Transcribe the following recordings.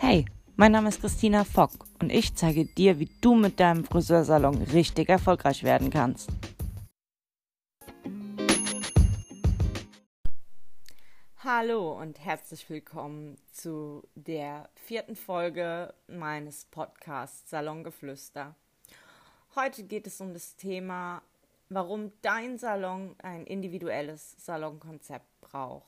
Hey, mein Name ist Christina Fock und ich zeige dir, wie du mit deinem Friseursalon richtig erfolgreich werden kannst. Hallo und herzlich willkommen zu der 4. Folge meines Podcasts Salongeflüster. Heute geht es um das Thema, warum dein Salon ein individuelles Salonkonzept braucht.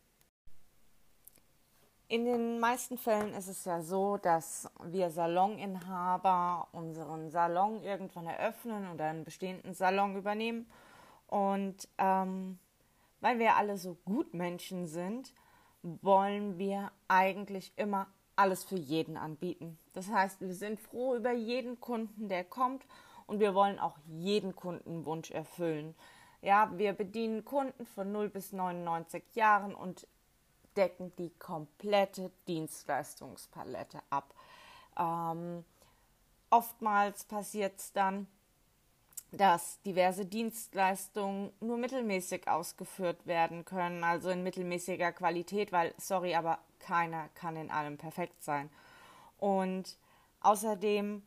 In den meisten Fällen ist es ja so, dass wir Saloninhaber unseren Salon irgendwann eröffnen oder einen bestehenden Salon übernehmen. Und weil wir alle so Gutmenschen sind, wollen wir eigentlich immer alles für jeden anbieten. Das heißt, wir sind froh über jeden Kunden, der kommt, und wir wollen auch jeden Kundenwunsch erfüllen. Ja, wir bedienen Kunden von 0 bis 99 Jahren und decken die komplette Dienstleistungspalette ab. Oftmals passiert es dann, dass diverse Dienstleistungen nur mittelmäßig ausgeführt werden können, also in mittelmäßiger Qualität, weil, sorry, aber keiner kann in allem perfekt sein. Und außerdem,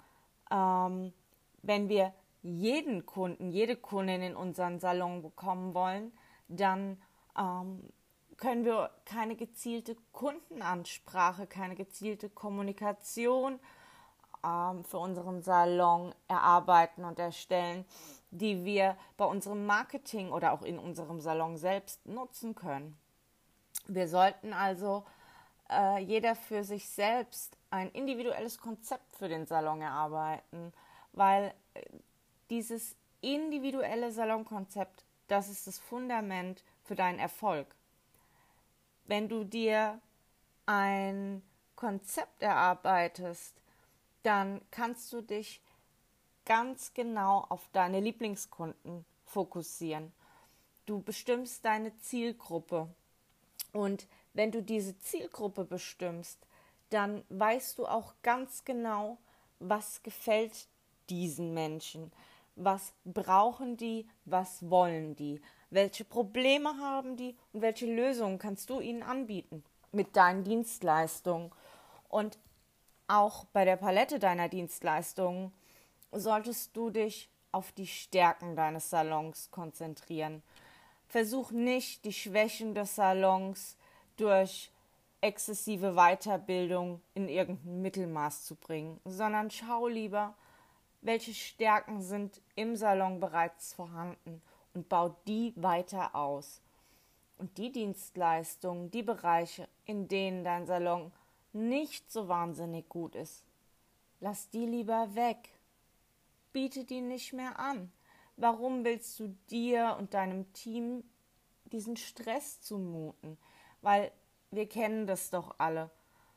wenn wir jeden Kunden, jede Kundin in unseren Salon bekommen wollen, dann können wir keine gezielte Kundenansprache, keine gezielte Kommunikation für unseren Salon erarbeiten und erstellen, die wir bei unserem Marketing oder auch in unserem Salon selbst nutzen können. Wir sollten also jeder für sich selbst ein individuelles Konzept für den Salon erarbeiten, weil dieses individuelle Salonkonzept, das ist das Fundament für deinen Erfolg. Wenn du dir ein Konzept erarbeitest, dann kannst du dich ganz genau auf deine Lieblingskunden fokussieren. Du bestimmst deine Zielgruppe. Und wenn du diese Zielgruppe bestimmst, dann weißt du auch ganz genau, was gefällt diesen Menschen, was brauchen die, was wollen die, welche Probleme haben die und welche Lösungen kannst du ihnen anbieten mit deinen Dienstleistungen. Und auch bei der Palette deiner Dienstleistungen solltest du dich auf die Stärken deines Salons konzentrieren. Versuch nicht, die Schwächen des Salons durch exzessive Weiterbildung in irgendein Mittelmaß zu bringen, sondern schau lieber, welche Stärken sind im Salon bereits vorhanden und bau die weiter aus. Und die Dienstleistungen, die Bereiche, in denen dein Salon nicht so wahnsinnig gut ist, lass die lieber weg. Biete die nicht mehr an. Warum willst du dir und deinem Team diesen Stress zumuten? Weil wir kennen das doch alle.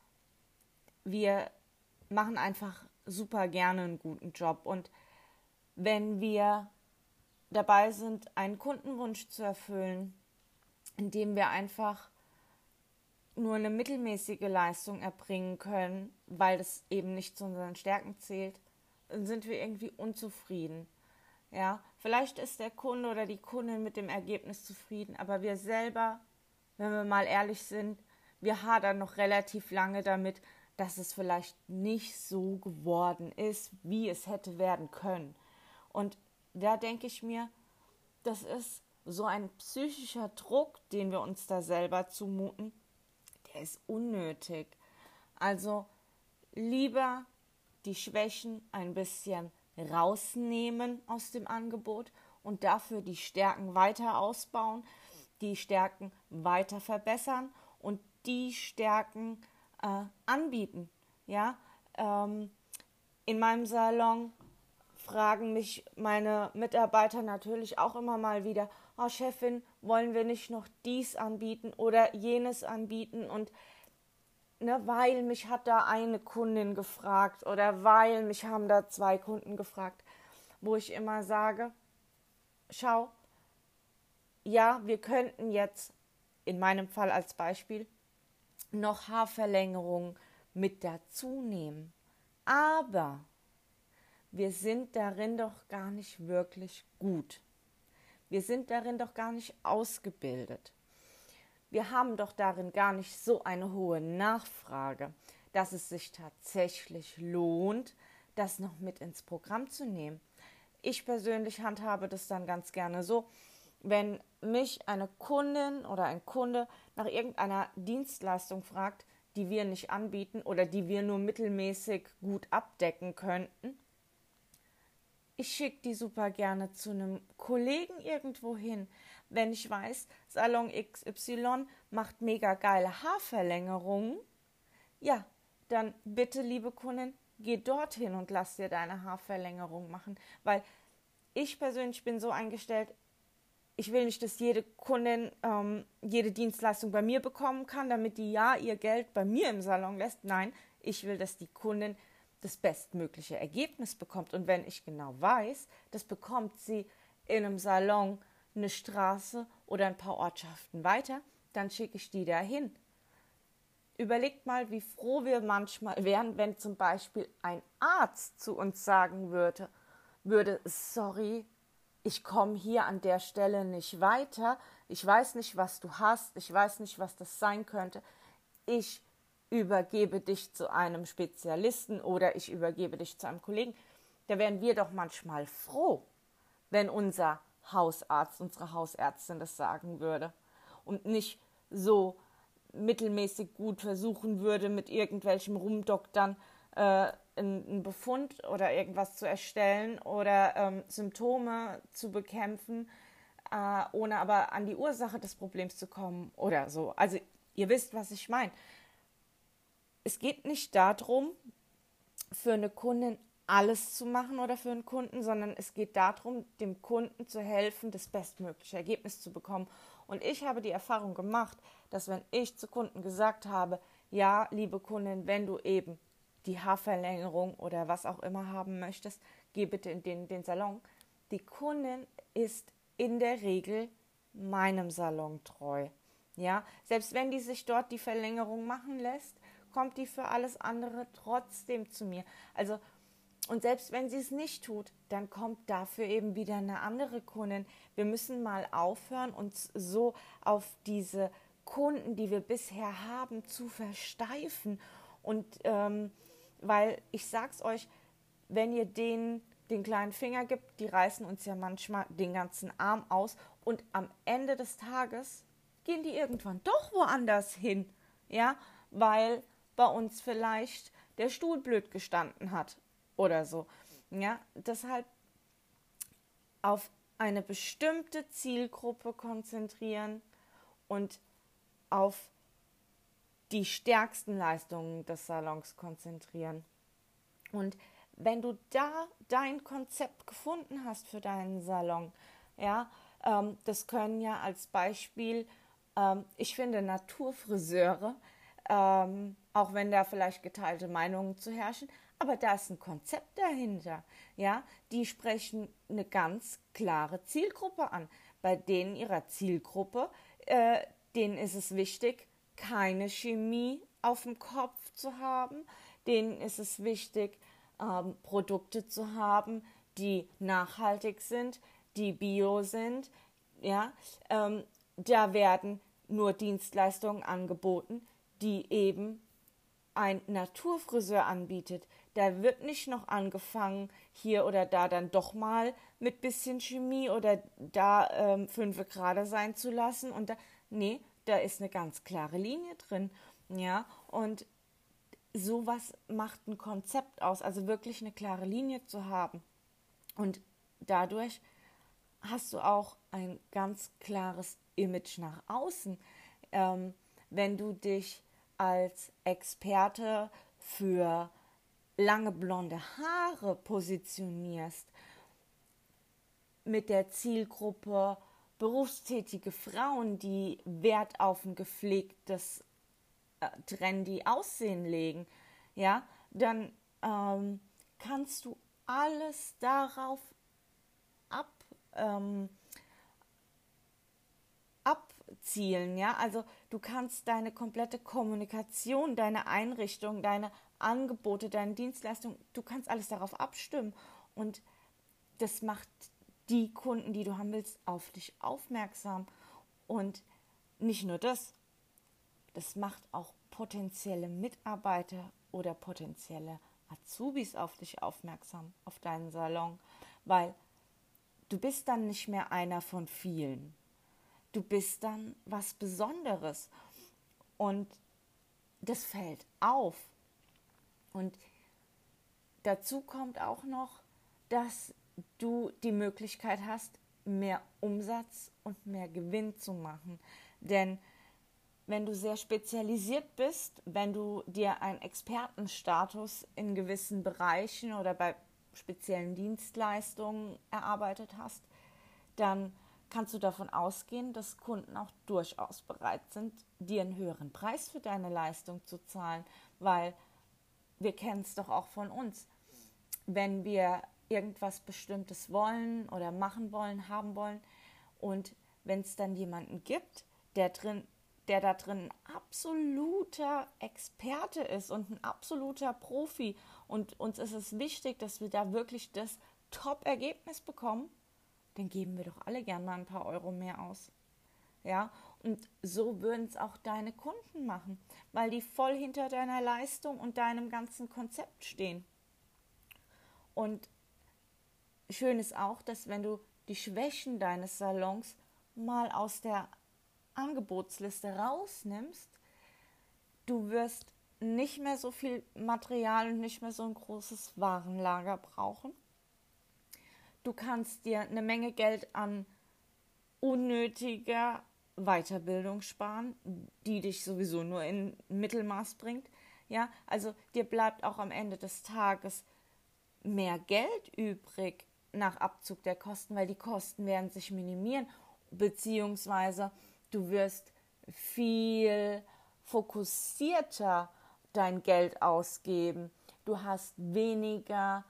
Wir machen einfach super gerne einen guten Job. Und wenn wir dabei sind, einen Kundenwunsch zu erfüllen, indem wir einfach nur eine mittelmäßige Leistung erbringen können, weil das eben nicht zu unseren Stärken zählt, dann sind wir irgendwie unzufrieden. Ja, vielleicht ist der Kunde oder die Kundin mit dem Ergebnis zufrieden, aber wir selber, wenn wir mal ehrlich sind, wir hadern noch relativ lange damit, dass es vielleicht nicht so geworden ist, wie es hätte werden können. Und da denke ich mir, das ist so ein psychischer Druck, den wir uns da selber zumuten, der ist unnötig. Also lieber die Schwächen ein bisschen rausnehmen aus dem Angebot und dafür die Stärken weiter ausbauen, die Stärken weiter verbessern und die Stärken anbieten. Ja? In meinem Salon fragen mich meine Mitarbeiter natürlich auch immer mal wieder, oh Chefin, wollen wir nicht noch dies anbieten oder jenes anbieten? Und weil mich hat da eine Kundin gefragt oder weil mich haben da 2 Kunden gefragt, wo ich immer sage, schau, ja, wir könnten jetzt, in meinem Fall als Beispiel, noch Haarverlängerung mit dazu nehmen. Aber wir sind darin doch gar nicht wirklich gut. Wir sind darin doch gar nicht ausgebildet. Wir haben doch darin gar nicht so eine hohe Nachfrage. dass es sich tatsächlich lohnt, das noch mit ins Programm zu nehmen. Ich persönlich handhabe das dann ganz gerne so, wenn mich eine Kundin oder ein Kunde nach irgendeiner Dienstleistung fragt, die wir nicht anbieten oder die wir nur mittelmäßig gut abdecken könnten, ich schicke die super gerne zu einem Kollegen irgendwo hin. Wenn ich weiß, Salon XY macht mega geile Haarverlängerungen, ja, dann bitte, liebe Kundin, geh dorthin und lass dir deine Haarverlängerung machen. Weil ich persönlich bin so eingestellt, ich will nicht, dass jede Kundin jede Dienstleistung bei mir bekommen kann, damit die ja ihr Geld bei mir im Salon lässt. Nein, ich will, dass die Kundin das bestmögliche Ergebnis bekommt. Und wenn ich genau weiß, das bekommt sie in einem Salon eine Straße oder ein paar Ortschaften weiter, dann schicke ich die dahin. Überlegt mal, wie froh wir manchmal wären, wenn zum Beispiel ein Arzt zu uns sagen würde, sorry, ich komme hier an der Stelle nicht weiter, ich weiß nicht, was du hast, ich weiß nicht, was das sein könnte, ich übergebe dich zu einem Spezialisten oder ich übergebe dich zu einem Kollegen. Da wären wir doch manchmal froh, wenn unser Hausarzt, unsere Hausärztin das sagen würde und nicht so mittelmäßig gut versuchen würde, mit irgendwelchem Rumdoktern einen Befund oder irgendwas zu erstellen oder Symptome zu bekämpfen, ohne aber an die Ursache des Problems zu kommen oder so. Also ihr wisst, was ich meine. Es geht nicht darum, für eine Kundin alles zu machen oder für einen Kunden, sondern es geht darum, dem Kunden zu helfen, das bestmögliche Ergebnis zu bekommen. Und ich habe die Erfahrung gemacht, dass wenn ich zu Kunden gesagt habe, ja, liebe Kundin, wenn du eben die Haarverlängerung oder was auch immer haben möchtest, geh bitte in den Salon. Die Kundin ist in der Regel meinem Salon treu. Ja, selbst wenn die sich dort die Verlängerung machen lässt, kommt die für alles andere trotzdem zu mir. Also, und selbst wenn sie es nicht tut, dann kommt dafür eben wieder eine andere Kundin. Wir müssen mal aufhören, uns so auf diese Kunden, die wir bisher haben, zu versteifen. Und weil ich sag's euch, wenn ihr denen den kleinen Finger gibt, die reißen uns ja manchmal den ganzen Arm aus und am Ende des Tages gehen die irgendwann doch woanders hin, ja, weil bei uns vielleicht der Stuhl blöd gestanden hat oder so. Ja, deshalb auf eine bestimmte Zielgruppe konzentrieren und auf die stärksten Leistungen des Salons konzentrieren. Und wenn du da dein Konzept gefunden hast für deinen Salon, ja, das können ja als Beispiel, ich finde Naturfriseure, auch wenn da vielleicht geteilte Meinungen zu herrschen, aber da ist ein Konzept dahinter, ja, die sprechen eine ganz klare Zielgruppe an. Bei denen ihrer Zielgruppe, denen ist es wichtig, keine Chemie auf dem Kopf zu haben, denen ist es wichtig, Produkte zu haben, die nachhaltig sind, die bio sind, ja, da werden nur Dienstleistungen angeboten, die eben ein Naturfriseur anbietet. Da wird nicht noch angefangen, hier oder da dann doch mal mit bisschen Chemie oder da 5 Grad sein zu lassen. Und nee, da ist eine ganz klare Linie drin. Ja, und sowas macht ein Konzept aus, also wirklich eine klare Linie zu haben. Und dadurch hast du auch ein ganz klares Image nach außen. Wenn du dich als Experte für lange blonde Haare positionierst, mit der Zielgruppe berufstätige Frauen, die Wert auf ein gepflegtes, trendy Aussehen legen, ja, dann kannst du alles darauf ab, abzielen, ja, also du kannst deine komplette Kommunikation, deine Einrichtung, deine Angebote, deine Dienstleistungen, du kannst alles darauf abstimmen und das macht die Kunden, die du haben willst, auf dich aufmerksam und nicht nur das, das macht auch potenzielle Mitarbeiter oder potenzielle Azubis auf dich aufmerksam, auf deinen Salon, weil du bist dann nicht mehr einer von vielen. Du bist dann was Besonderes und das fällt auf. Und dazu kommt auch noch, dass du die Möglichkeit hast, mehr Umsatz und mehr Gewinn zu machen. Denn wenn du sehr spezialisiert bist, wenn du dir einen Expertenstatus in gewissen Bereichen oder bei speziellen Dienstleistungen erarbeitet hast, dann kannst du davon ausgehen, dass Kunden auch durchaus bereit sind, dir einen höheren Preis für deine Leistung zu zahlen, weil wir kennen es doch auch von uns. Wenn wir irgendwas Bestimmtes wollen oder machen wollen, haben wollen und wenn es dann jemanden gibt, der da drin ein absoluter Experte ist und ein absoluter Profi und uns ist es wichtig, dass wir da wirklich das Top-Ergebnis bekommen, dann geben wir doch alle gern mal ein paar Euro mehr aus. Ja, und so würden es auch deine Kunden machen, weil die voll hinter deiner Leistung und deinem ganzen Konzept stehen. Und schön ist auch, dass wenn du die Schwächen deines Salons mal aus der Angebotsliste rausnimmst, du wirst nicht mehr so viel Material und nicht mehr so ein großes Warenlager brauchen. Du kannst dir eine Menge Geld an unnötiger Weiterbildung sparen, die dich sowieso nur in Mittelmaß bringt. Ja, also dir bleibt auch am Ende des Tages mehr Geld übrig nach Abzug der Kosten, weil die Kosten werden sich minimieren, beziehungsweise du wirst viel fokussierter dein Geld ausgeben. Du hast weniger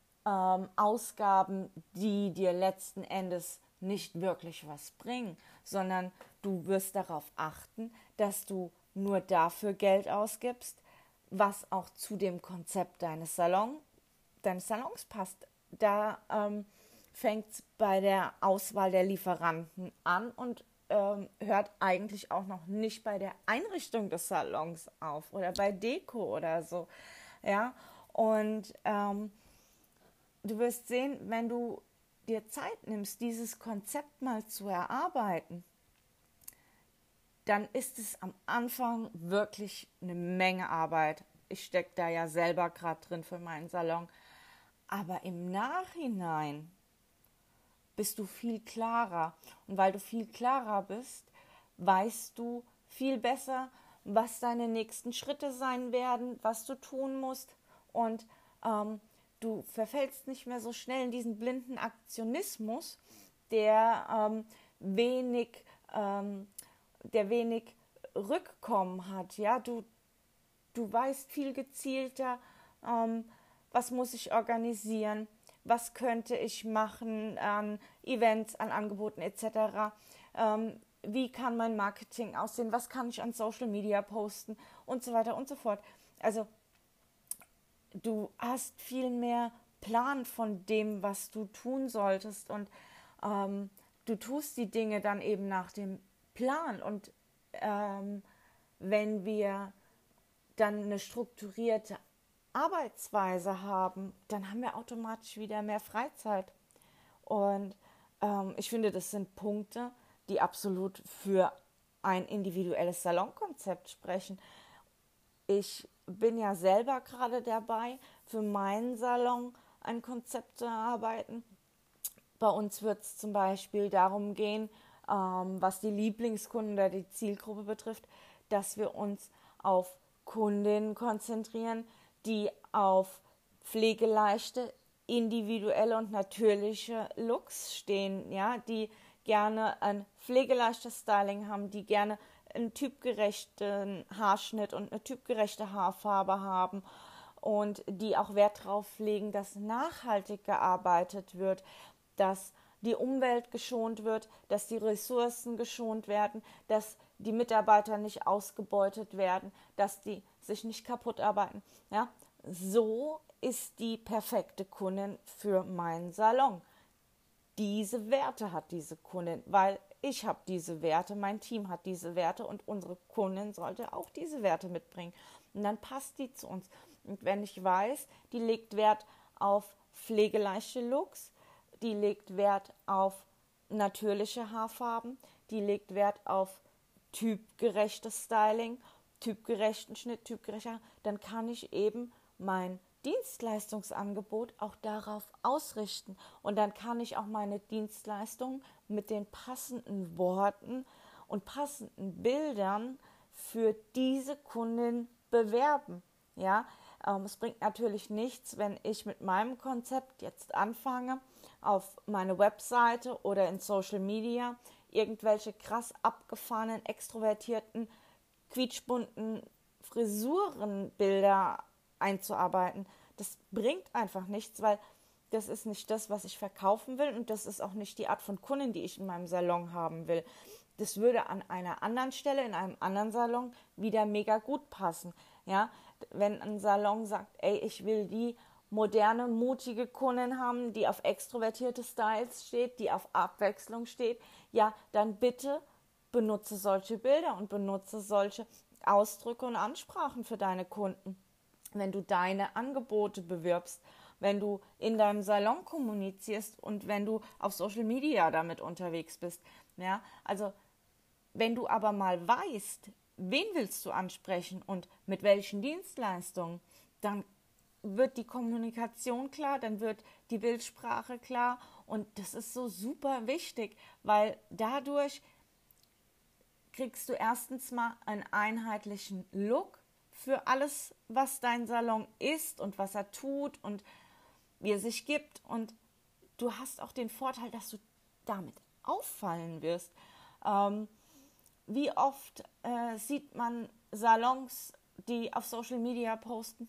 Ausgaben, die dir letzten Endes nicht wirklich was bringen, sondern du wirst darauf achten, dass du nur dafür Geld ausgibst, was auch zu dem Konzept deines Salons passt. Da fängt es bei der Auswahl der Lieferanten an und hört eigentlich auch noch nicht bei der Einrichtung des Salons auf oder bei Deko oder so. Ja, und du wirst sehen, wenn du dir Zeit nimmst, dieses Konzept mal zu erarbeiten, dann ist es am Anfang wirklich eine Menge Arbeit. Ich stecke da ja selber gerade drin für meinen Salon. Aber im Nachhinein bist du viel klarer. Und weil du viel klarer bist, weißt du viel besser, was deine nächsten Schritte sein werden, was du tun musst. Und du verfällst nicht mehr so schnell in diesen blinden Aktionismus, der wenig Rückkommen hat. Ja, du weißt viel gezielter, was muss ich organisieren, was könnte ich machen an Events, an Angeboten etc. Wie kann mein Marketing aussehen, was kann ich an Social Media posten und so weiter und so fort. Also du hast viel mehr Plan von dem, was du tun solltest und du tust die Dinge dann eben nach dem Plan und wenn wir dann eine strukturierte Arbeitsweise haben, dann haben wir automatisch wieder mehr Freizeit. Und ich finde, das sind Punkte, die absolut für ein individuelles Salonkonzept sprechen. Ich bin ja selber gerade dabei, für meinen Salon ein Konzept zu erarbeiten. Bei uns wird es zum Beispiel darum gehen, was die Lieblingskunden oder die Zielgruppe betrifft, dass wir uns auf Kundinnen konzentrieren, die auf pflegeleichte, individuelle und natürliche Looks stehen, ja, die gerne ein pflegeleichtes Styling haben, die gerne einen typgerechten Haarschnitt und eine typgerechte Haarfarbe haben und die auch Wert darauf legen, dass nachhaltig gearbeitet wird, dass die Umwelt geschont wird, dass die Ressourcen geschont werden, dass die Mitarbeiter nicht ausgebeutet werden, dass die sich nicht kaputt arbeiten. Ja? So ist die perfekte Kundin für meinen Salon. Diese Werte hat diese Kundin, weil ich habe diese Werte, mein Team hat diese Werte und unsere Kundin sollte auch diese Werte mitbringen. Und dann passt die zu uns. Und wenn ich weiß, die legt Wert auf pflegeleichte Looks, die legt Wert auf natürliche Haarfarben, die legt Wert auf typgerechtes Styling, typgerechten Schnitt, typgerechter, dann kann ich eben mein Dienstleistungsangebot auch darauf ausrichten. Und dann kann ich auch meine Dienstleistung mit den passenden Worten und passenden Bildern für diese Kundin bewerben. Ja, es bringt natürlich nichts, wenn ich mit meinem Konzept jetzt anfange, auf meine Webseite oder in Social Media irgendwelche krass abgefahrenen, extrovertierten, quietschbunten Frisurenbilder einzuarbeiten. Das bringt einfach nichts, weil das ist nicht das, was ich verkaufen will und das ist auch nicht die Art von Kunden, die ich in meinem Salon haben will. Das würde an einer anderen Stelle, in einem anderen Salon wieder mega gut passen. Ja, wenn ein Salon sagt, ey, ich will die moderne, mutige Kundin haben, die auf extrovertierte Styles steht, die auf Abwechslung steht, ja, dann bitte benutze solche Bilder und benutze solche Ausdrücke und Ansprachen für deine Kunden. Wenn du deine Angebote bewirbst, wenn du in deinem Salon kommunizierst und wenn du auf Social Media damit unterwegs bist. Ja, also wenn du aber mal weißt, wen willst du ansprechen und mit welchen Dienstleistungen, dann wird die Kommunikation klar, dann wird die Bildsprache klar und das ist so super wichtig, weil dadurch kriegst du erstens mal einen einheitlichen Look für alles, was dein Salon ist und was er tut und wie er sich gibt und du hast auch den Vorteil, dass du damit auffallen wirst. Wie oft sieht man Salons, die auf Social Media posten,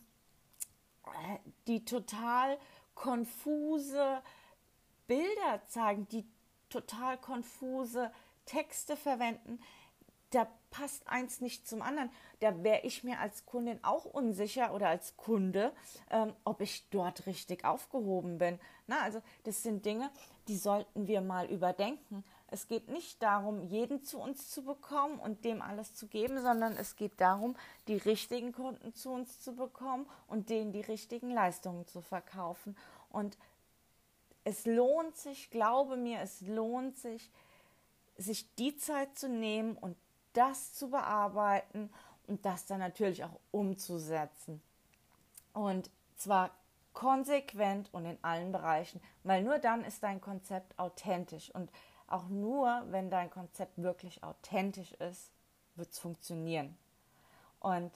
die total konfuse Bilder zeigen, die total konfuse Texte verwenden. Da passt eins nicht zum anderen. Da wäre ich mir als Kundin auch unsicher oder als Kunde, ob ich dort richtig aufgehoben bin. Na, also das sind Dinge, die sollten wir mal überdenken. Es geht nicht darum, jeden zu uns zu bekommen und dem alles zu geben, sondern es geht darum, die richtigen Kunden zu uns zu bekommen und denen die richtigen Leistungen zu verkaufen. Und es lohnt sich, glaube mir, es lohnt sich, sich die Zeit zu nehmen und das zu bearbeiten und das dann natürlich auch umzusetzen. Und zwar konsequent und in allen Bereichen, weil nur dann ist dein Konzept authentisch und auch nur, wenn dein Konzept wirklich authentisch ist, wird es funktionieren. Und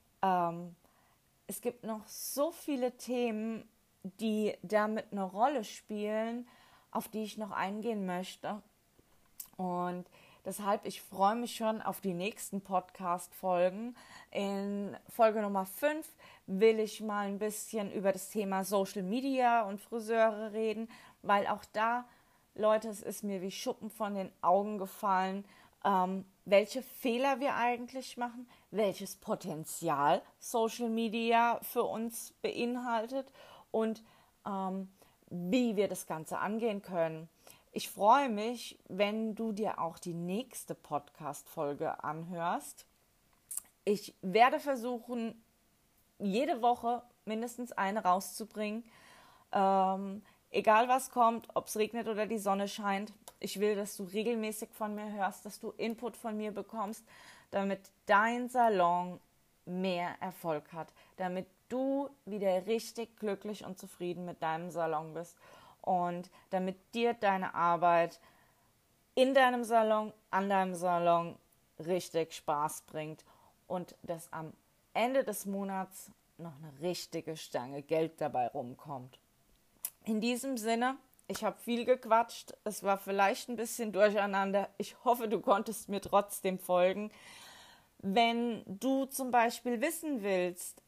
es gibt noch so viele Themen, die damit eine Rolle spielen, auf die ich noch eingehen möchte. Und deshalb, ich freue mich schon auf die nächsten Podcast-Folgen. In Folge Nummer 5 will ich mal ein bisschen über das Thema Social Media und Friseure reden, weil auch da, Leute, es ist mir wie Schuppen von den Augen gefallen, welche Fehler wir eigentlich machen, welches Potenzial Social Media für uns beinhaltet und wie wir das Ganze angehen können. Ich freue mich, wenn du dir auch die nächste Podcast-Folge anhörst. Ich werde versuchen, jede Woche mindestens eine rauszubringen. Egal was kommt, ob es regnet oder die Sonne scheint. Ich will, dass du regelmäßig von mir hörst, dass du Input von mir bekommst, damit dein Salon mehr Erfolg hat, damit du wieder richtig glücklich und zufrieden mit deinem Salon bist und damit dir deine Arbeit in deinem Salon, an deinem Salon richtig Spaß bringt und dass am Ende des Monats noch eine richtige Stange Geld dabei rumkommt. In diesem Sinne, ich habe viel gequatscht, es war vielleicht ein bisschen durcheinander. Ich hoffe, du konntest mir trotzdem folgen. Wenn du zum Beispiel wissen willst,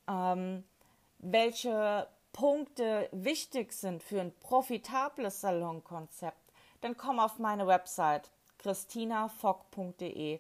welche Punkte wichtig sind für ein profitables Salonkonzept, dann komm auf meine Website christinafock.de.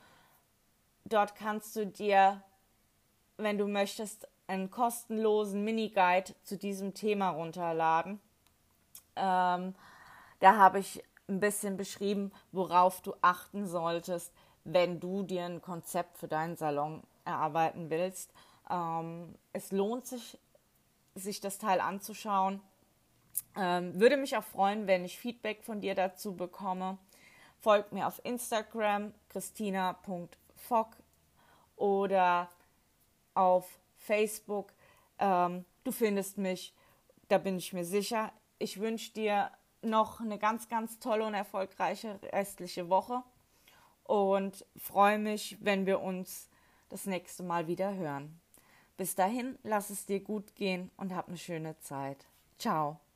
Dort kannst du dir, wenn du möchtest, einen kostenlosen Mini-Guide zu diesem Thema runterladen. Da habe ich ein bisschen beschrieben, worauf du achten solltest, wenn du dir ein Konzept für deinen Salon erarbeiten willst. Es lohnt sich das Teil anzuschauen. Würde mich auch freuen, wenn ich Feedback von dir dazu bekomme. Folgt mir auf Instagram christina.fock oder auf Facebook. Du findest mich, da bin ich mir sicher. Ich wünsche dir noch eine ganz, ganz tolle und erfolgreiche restliche Woche und freue mich, wenn wir uns das nächste Mal wieder hören. Bis dahin, lass es dir gut gehen und hab eine schöne Zeit. Ciao.